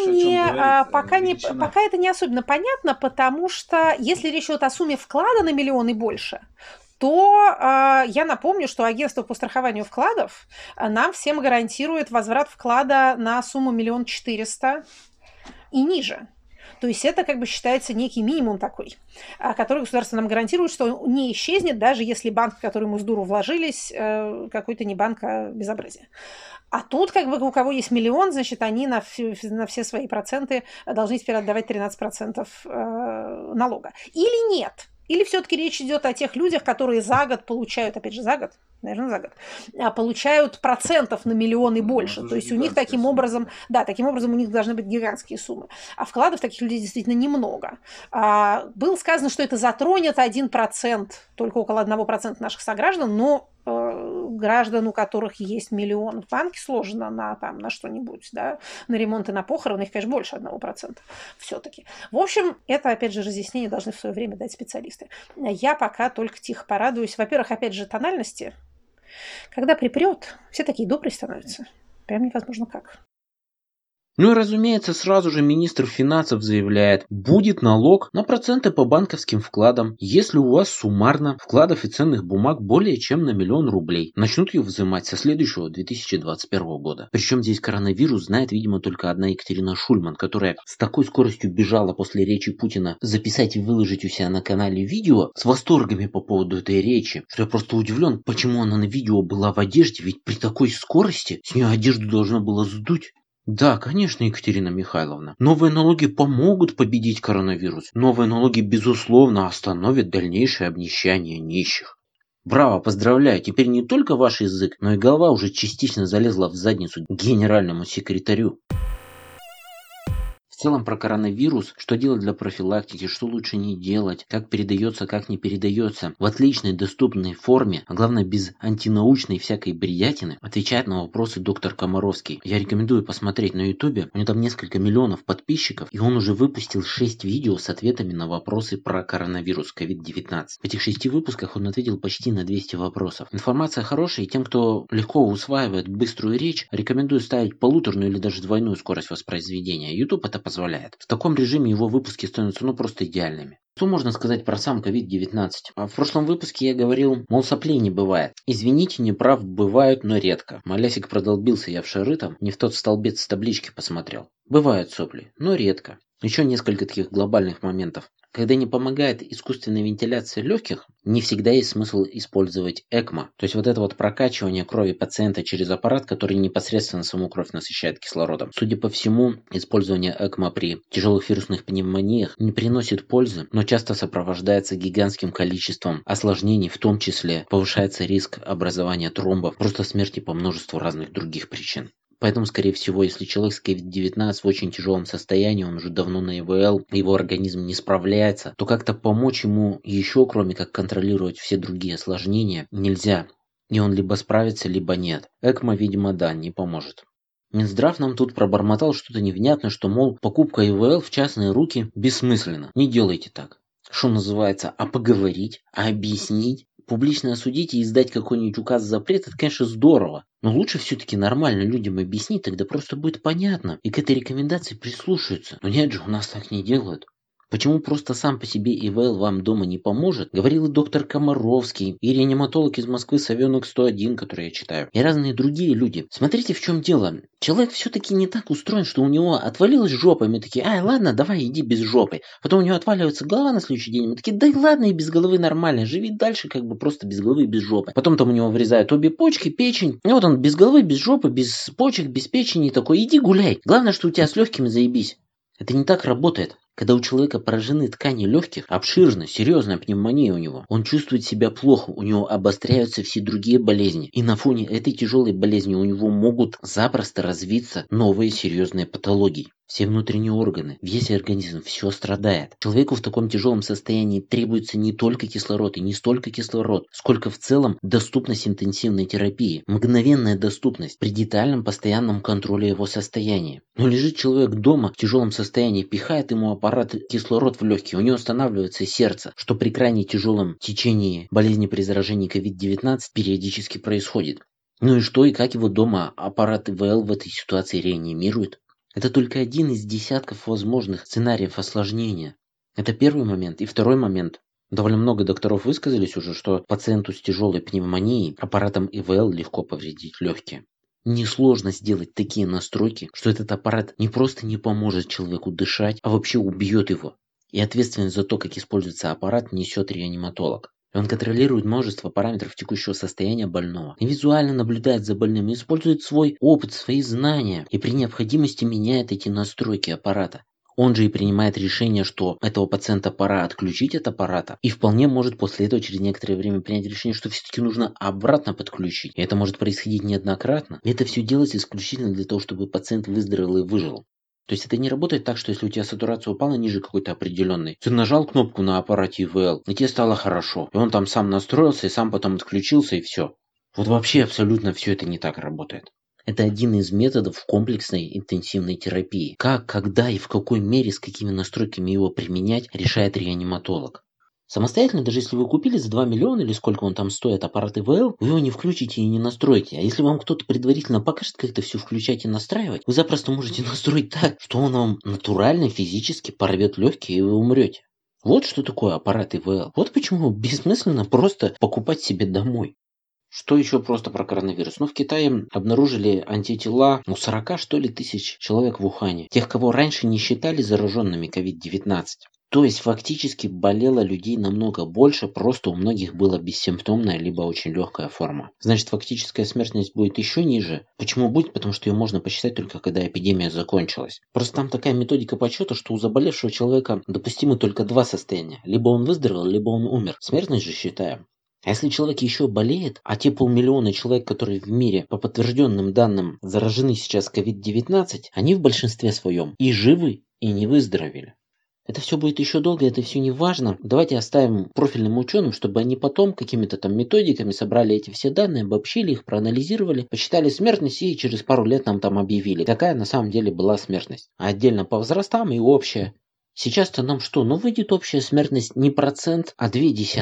это не особенно понятно, потому что если речь идет о сумме вклада на миллион и больше, то я напомню, что агентство по страхованию вкладов нам всем гарантирует возврат вклада на сумму 1 400 000 и ниже. То есть это как бы считается некий минимум такой, который государство нам гарантирует, что он не исчезнет, даже если банк, в который мы с дуру вложились, какой-то не банк, а безобразие. А тут как бы у кого есть миллион, значит, они на все свои проценты должны теперь отдавать 13% налога. Или нет? Или все-таки речь идет о тех людях, которые за год получают, опять же, за год, наверное, за год, получают процентов на миллион и больше. То есть у них таким образом у них должны быть гигантские суммы. А вкладов таких людей действительно немного. Было сказано, что это затронет 1%, только около 1% наших сограждан, но граждан, у которых есть миллион в банке, сложно на что-нибудь, да, на ремонт и на похороны, их, конечно, больше 1% все-таки. В общем, это, опять же, разъяснение должны в свое время дать специалисты. Я пока только тихо порадуюсь. Во-первых, опять же, тональности. Когда припрет, все такие добрые становятся. Прям невозможно как. Ну и разумеется, сразу же министр финансов заявляет, будет налог на проценты по банковским вкладам, если у вас суммарно вкладов и ценных бумаг более чем на 1 000 000 рублей. Начнут ее взимать со следующего 2021 года. Причем здесь коронавирус знает, видимо, только одна Екатерина Шульман, которая с такой скоростью бежала после речи Путина записать и выложить у себя на канале видео с восторгами по поводу этой речи, что я просто удивлен, почему она на видео была в одежде, ведь при такой скорости с нее одежду должно было сдуть. Да, конечно, Екатерина Михайловна. Новые налоги помогут победить коронавирус. Новые налоги, безусловно, остановят дальнейшее обнищание нищих. Браво, поздравляю. Теперь не только ваш язык, но и голова уже частично залезла в задницу генеральному секретарю. В целом про коронавирус, что делать для профилактики, что лучше не делать, как передается, как не передается, в отличной доступной форме, а главное без антинаучной всякой бредятины, отвечает на вопросы доктор Комаровский. Я рекомендую посмотреть на ютубе, у него там несколько миллионов подписчиков, и он уже выпустил 6 видео с ответами на вопросы про коронавирус COVID-19. В этих 6 выпусках он ответил почти на 200 вопросов. Информация хорошая, и тем, кто легко усваивает быструю речь, рекомендую ставить 1,5 или даже 2 скорость воспроизведения. YouTube это позволяет. В таком режиме его выпуски становятся просто идеальными. Что можно сказать про сам COVID-19? В прошлом выпуске я говорил, мол, соплей не бывает. Извините, неправ бывают, но редко. Малясик продолбился я в шары там, не в тот столбец с таблички посмотрел. Бывают сопли, но редко. Еще несколько таких глобальных моментов. Когда не помогает искусственная вентиляция легких, не всегда есть смысл использовать ЭКМО. То есть вот это вот прокачивание крови пациента через аппарат, который непосредственно саму кровь насыщает кислородом. Судя по всему, использование ЭКМО при тяжелых вирусных пневмониях не приносит пользы, но часто сопровождается гигантским количеством осложнений, в том числе повышается риск образования тромбов, просто смерти по множеству разных других причин. Поэтому, скорее всего, если человек с COVID-19 в очень тяжелом состоянии, он уже давно на ИВЛ, его организм не справляется, то как-то помочь ему еще, кроме как контролировать все другие осложнения, нельзя. И он либо справится, либо нет. ЭКМО, видимо, да, не поможет. Минздрав нам тут пробормотал что-то невнятное, что, мол, покупка ИВЛ в частные руки бессмысленна. Не делайте так. Что называется, а поговорить, а объяснить? Публично осудить и издать какой-нибудь указ запрет, это, конечно, здорово. Но лучше все-таки нормально людям объяснить, тогда просто будет понятно. И к этой рекомендации прислушаются. Но нет же, у нас так не делают. Почему просто сам по себе ИВЛ вам дома не поможет, говорил и доктор Комаровский, и реаниматолог из Москвы Совенок 101, который я читаю, и разные другие люди. Смотрите, в чем дело. Человек все-таки не так устроен, что у него отвалилась жопа, и мы такие, ай, ладно, давай, иди без жопы. Потом у него отваливается голова на следующий день, и мы такие, да и ладно, и без головы нормально, живи дальше как бы просто без головы и без жопы. Потом там у него вырезают обе почки, печень, и вот он без головы, без жопы, без почек, без печени, такой, иди гуляй. Главное, что у тебя с легкими заебись. Это не так работает. Когда у человека поражены ткани легких, обширная, серьезная пневмония у него, он чувствует себя плохо, у него обостряются все другие болезни. И на фоне этой тяжелой болезни у него могут запросто развиться новые серьезные патологии. Все внутренние органы, весь организм, все страдает. Человеку в таком тяжелом состоянии требуется не только кислород и не столько кислород, сколько в целом доступность интенсивной терапии, мгновенная доступность при детальном постоянном контроле его состояния. Но лежит человек дома в тяжелом состоянии, пихает ему аппарат кислород в легкие, у него останавливается сердце, что при крайне тяжелом течении болезни при заражении COVID-19 периодически происходит. Ну и что, и как его дома аппарат ИВЛ в этой ситуации реанимирует? Это только один из десятков возможных сценариев осложнения. Это первый момент. И второй момент. Довольно много докторов высказались уже, что пациенту с тяжелой пневмонией аппаратом ИВЛ легко повредить легкие. Несложно сделать такие настройки, что этот аппарат не просто не поможет человеку дышать, а вообще убьет его. И ответственность за то, как используется аппарат, несет реаниматолог. Он контролирует множество параметров текущего состояния больного, и визуально наблюдает за больным, и использует свой опыт, свои знания, и при необходимости меняет эти настройки аппарата. Он же и принимает решение, что этого пациента пора отключить от аппарата, и вполне может после этого через некоторое время принять решение, что все-таки нужно обратно подключить. И это может происходить неоднократно. И это все делается исключительно для того, чтобы пациент выздоровел и выжил. То есть это не работает так, что если у тебя сатурация упала ниже какой-то определенной, ты нажал кнопку на аппарате ИВЛ, и тебе стало хорошо. И он там сам настроился, и сам потом отключился, и все. Вот вообще абсолютно все это не так работает. Это один из методов комплексной интенсивной терапии. Как, когда и в какой мере, с какими настройками его применять, решает реаниматолог. Самостоятельно, даже если вы купили за 2 миллиона или сколько он там стоит аппарат ИВЛ, вы его не включите и не настроите. А если вам кто-то предварительно покажет, как это все включать и настраивать, вы запросто можете настроить так, что он вам натурально, физически порвет легкие, и вы умрете. Вот что такое аппарат ИВЛ. Вот почему бессмысленно просто покупать себе домой. Что еще просто про коронавирус? В Китае обнаружили антитела 40 что ли тысяч человек в Ухане. Тех, кого раньше не считали зараженными COVID-19. То есть фактически болело людей намного больше, просто у многих была бессимптомная либо очень легкая форма. Значит, фактическая смертность будет еще ниже. Почему будет? Потому что ее можно посчитать только когда эпидемия закончилась. Просто там такая методика подсчета, что у заболевшего человека допустимы только 2 состояния. Либо он выздоровел, либо он умер. Смертность же считаем. А если человек еще болеет, а те 500 000 человек, которые в мире по подтвержденным данным заражены сейчас COVID-19, они в большинстве своем и живы, и не выздоровели. Это все будет еще долго, это все не важно. Давайте оставим профильным ученым, чтобы они потом какими-то там методиками собрали эти все данные, обобщили их, проанализировали, посчитали смертность и через пару лет нам там объявили, какая на самом деле была смертность. А отдельно по возрастам и общая. Сейчас-то нам что? Выйдет общая смертность не 1%, а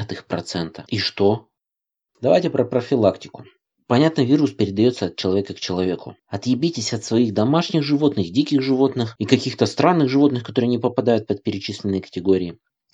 0,2%. И что? Давайте про профилактику. Понятно, вирус передается от человека к человеку. Отъебитесь от своих домашних животных, диких животных и каких-то странных животных, которые не попадают под перечисленные категории.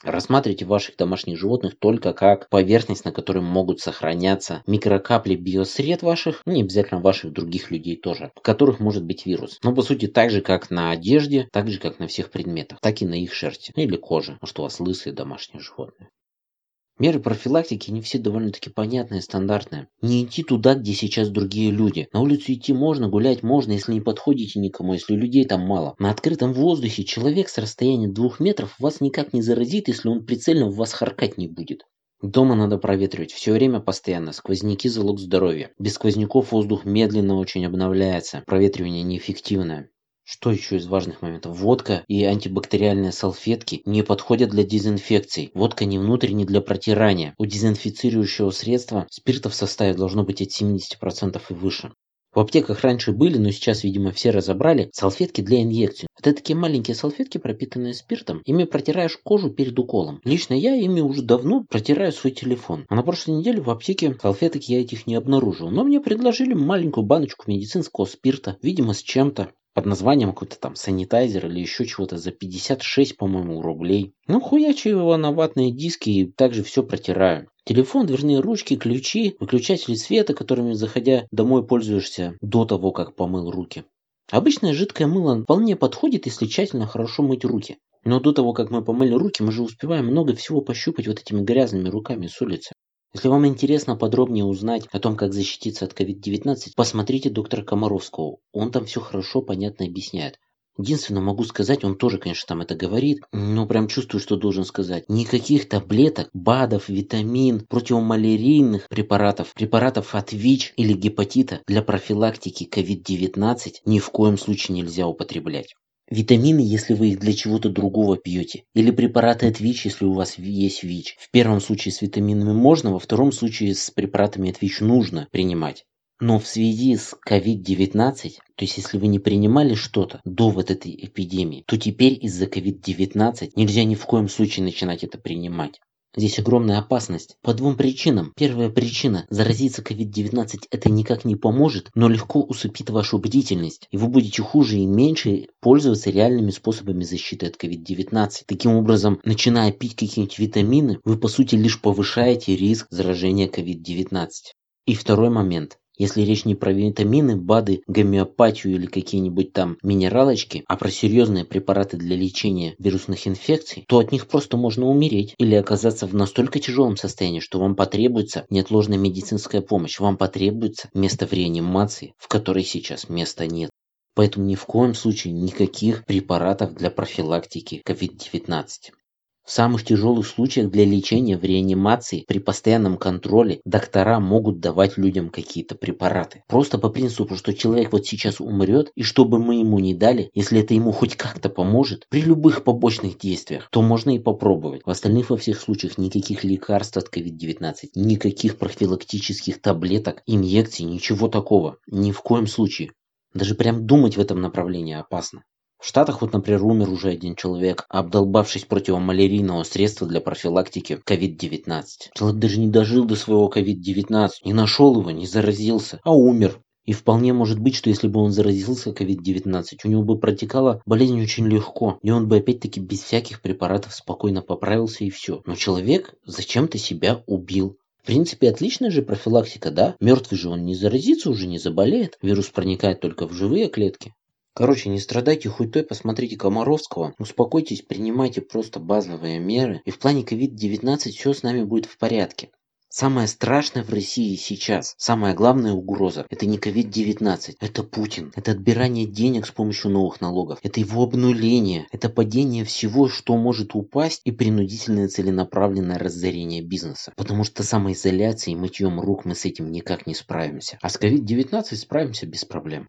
Рассматривайте ваших домашних животных только как поверхность, на которой могут сохраняться микрокапли биосред ваших, не обязательно ваших других людей тоже, в которых может быть вирус. Но по сути так же, как на одежде, так же, как на всех предметах, так и на их шерсти или коже, может у вас лысые домашние животные. Меры профилактики не все довольно-таки понятные, стандартные. Не идти туда, где сейчас другие люди. На улицу идти можно, гулять можно, если не подходите никому, если людей там мало. На открытом воздухе человек с расстояния 2 метров вас никак не заразит, если он прицельно в вас харкать не будет. Дома надо проветривать все время постоянно. Сквозняки – залог здоровья. Без сквозняков воздух медленно очень обновляется. Проветривание неэффективное. Что еще из важных моментов? Водка и антибактериальные салфетки не подходят для дезинфекции. Водка не внутренне для протирания. У дезинфицирующего средства спирта в составе должно быть от 70% и выше. В аптеках раньше были, но сейчас, видимо, все разобрали салфетки для инъекций. Это такие маленькие салфетки, пропитанные спиртом. Ими протираешь кожу перед уколом. Лично я ими уже давно протираю свой телефон. А на прошлой неделе в аптеке салфеток я этих не обнаружил. Но мне предложили маленькую баночку медицинского спирта, видимо, с чем-то. Под названием какой-то там санитайзер или еще чего-то за 56, по-моему, рублей. Ну, хуячу его на ватные диски и также все протираю. Телефон, дверные ручки, ключи, выключатели света, которыми, заходя домой, пользуешься до того, как помыл руки. Обычное жидкое мыло вполне подходит, если тщательно хорошо мыть руки. Но до того, как мы помыли руки, мы же успеваем много всего пощупать вот этими грязными руками с улицы. Если вам интересно подробнее узнать о том, как защититься от COVID-19, посмотрите доктора Комаровского. Он там все хорошо, понятно объясняет. Единственное, могу сказать, он тоже, конечно, там это говорит, но прям чувствую, что должен сказать. Никаких таблеток, БАДов, витамин, противомалярийных препаратов, препаратов от ВИЧ или гепатита для профилактики COVID-19 ни в коем случае нельзя употреблять. Витамины, если вы их для чего-то другого пьете. Или препараты от ВИЧ, если у вас есть ВИЧ. В первом случае с витаминами можно, во втором случае с препаратами от ВИЧ нужно принимать. Но в связи с COVID-19, то есть если вы не принимали что-то до вот этой эпидемии, то теперь из-за COVID-19 нельзя ни в коем случае начинать это принимать. Здесь огромная опасность. По 2 причинам. Первая причина. Заразиться COVID-19 это никак не поможет, но легко усыпит вашу бдительность. И вы будете хуже и меньше пользоваться реальными способами защиты от COVID-19. Таким образом, начиная пить какие-нибудь витамины, вы по сути лишь повышаете риск заражения COVID-19. И второй момент. Если речь не про витамины, БАДы, гомеопатию или какие-нибудь там минералочки, а про серьезные препараты для лечения вирусных инфекций, то от них просто можно умереть или оказаться в настолько тяжелом состоянии, что вам потребуется неотложная медицинская помощь, вам потребуется место в реанимации, в которой сейчас места нет. Поэтому ни в коем случае никаких препаратов для профилактики COVID-19. В самых тяжелых случаях для лечения в реанимации при постоянном контроле доктора могут давать людям какие-то препараты. Просто по принципу, что человек вот сейчас умрет, и что бы мы ему ни дали, если это ему хоть как-то поможет, при любых побочных действиях, то можно и попробовать. В остальных во всех случаях никаких лекарств от COVID-19, никаких профилактических таблеток, инъекций, ничего такого. Ни в коем случае. Даже прям думать в этом направлении опасно. В Штатах вот, например, умер уже один человек, обдолбавшись противомалярийного средства для профилактики COVID-19. Человек даже не дожил до своего COVID-19, не нашел его, не заразился, а умер. И вполне может быть, что если бы он заразился COVID-19, у него бы протекала болезнь очень легко, и он бы опять-таки без всяких препаратов спокойно поправился и все. Но человек зачем-то себя убил. В принципе, отличная же профилактика, да? Мертвый же он не заразится, уже не заболеет. Вирус проникает только в живые клетки. Короче, не страдайте хуйтой, посмотрите Комаровского, успокойтесь, принимайте просто базовые меры, и в плане COVID-19 все с нами будет в порядке. Самое страшное в России сейчас, самая главная угроза, это не COVID-19, это Путин, это отбирание денег с помощью новых налогов, это его обнуление, это падение всего, что может упасть, и принудительное целенаправленное разорение бизнеса. Потому что самоизоляцией и мытьем рук мы с этим никак не справимся. А с COVID-19 справимся без проблем.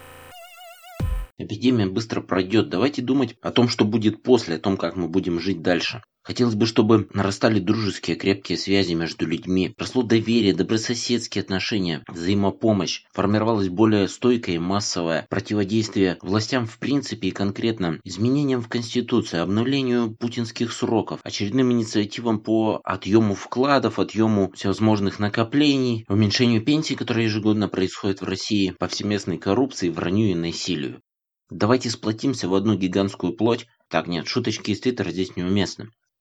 Эпидемия быстро пройдет. Давайте думать о том, что будет после, о том, как мы будем жить дальше. Хотелось бы, чтобы нарастали дружеские, крепкие связи между людьми, росло доверие, добрососедские отношения, взаимопомощь, формировалось более стойкое и массовое противодействие властям в принципе и конкретно изменениям в Конституции, обновлению путинских сроков, очередным инициативам по отъему вкладов, отъему всевозможных накоплений, уменьшению пенсий, которые ежегодно происходят в России, повсеместной коррупции, вранью и насилию. Давайте сплотимся в одну гигантскую плоть. Так, нет, шуточки из Твиттера здесь неуместны.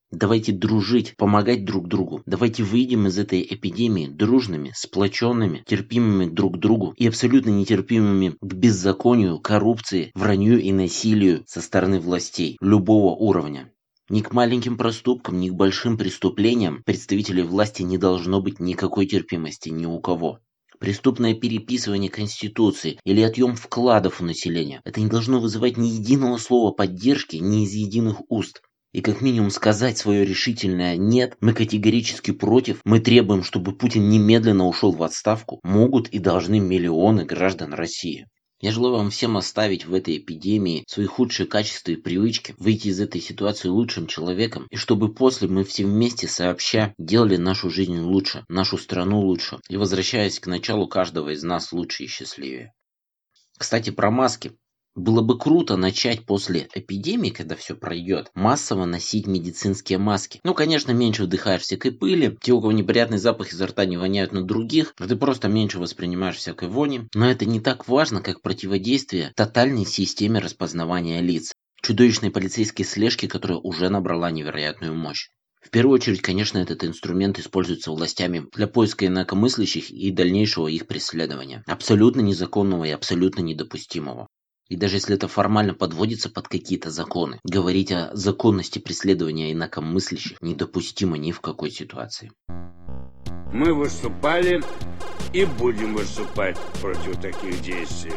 Давайте дружить, помогать друг другу. Давайте выйдем из этой эпидемии дружными, сплоченными, терпимыми друг к другу и абсолютно нетерпимыми к беззаконию, коррупции, вранью и насилию со стороны властей любого уровня. Ни к маленьким проступкам, ни к большим преступлениям представителей власти не должно быть никакой терпимости ни у кого. Преступное переписывание Конституции или отъем вкладов у населения – это не должно вызывать ни единого слова поддержки ни из единых уст. И как минимум сказать свое решительное «нет», мы категорически против, мы требуем, чтобы Путин немедленно ушел в отставку, могут и должны миллионы граждан России. Я желаю вам всем оставить в этой эпидемии свои худшие качества и привычки, выйти из этой ситуации лучшим человеком, и чтобы после мы все вместе сообща делали нашу жизнь лучше, нашу страну лучше, и возвращаясь к началу каждого из нас лучше и счастливее. Кстати, про маски. Было бы круто начать после эпидемии, когда все пройдет, массово носить медицинские маски. Ну, конечно, меньше вдыхаешь всякой пыли, те, у кого неприятный запах изо рта, не воняют на других, ты просто меньше воспринимаешь всякой вони. Но это не так важно, как противодействие тотальной системе распознавания лиц, чудовищной полицейской слежки, которая уже набрала невероятную мощь. В первую очередь, конечно, этот инструмент используется властями для поиска инакомыслящих и дальнейшего их преследования, абсолютно незаконного и абсолютно недопустимого. И даже если это формально подводится под какие-то законы, говорить о законности преследования инакомыслящих недопустимо ни в какой ситуации. Мы выступали и будем выступать против таких действий.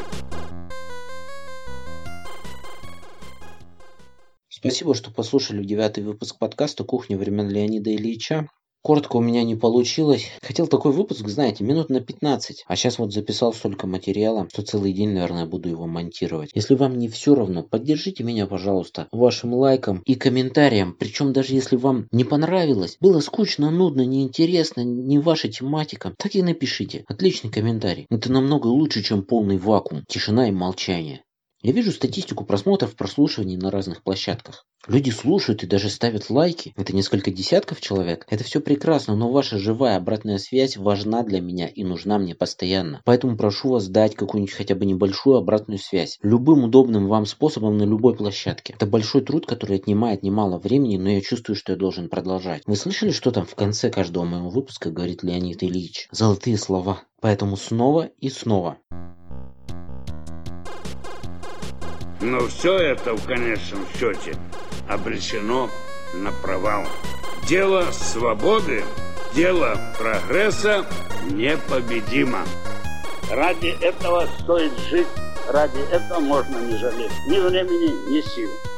Спасибо, что послушали 9-й выпуск подкаста «Кухня времен Леонида Ильича». Коротко у меня не получилось. Хотел такой выпуск, знаете, минут на 15. А сейчас вот записал столько материала, что целый день, наверное, буду его монтировать. Если вам не все равно, поддержите меня, пожалуйста, вашим лайком и комментарием. Причем даже если вам не понравилось, было скучно, нудно, неинтересно, не ваша тематика, так и напишите. Отличный комментарий. Это намного лучше, чем полный вакуум, тишина и молчание. Я вижу статистику просмотров, прослушиваний на разных площадках. Люди слушают и даже ставят лайки. Это несколько десятков человек. Это все прекрасно, но ваша живая обратная связь важна для меня и нужна мне постоянно. Поэтому прошу вас дать какую-нибудь хотя бы небольшую обратную связь. Любым удобным вам способом на любой площадке. Это большой труд, который отнимает немало времени, но я чувствую, что я должен продолжать. Вы слышали, что там в конце каждого моего выпуска говорит Леонид Ильич? Золотые слова. Поэтому снова и снова. Но все это в конечном счете обречено на провал. Дело свободы, дело прогресса непобедимо. Ради этого стоит жить, ради этого можно не жалеть ни времени, ни сил.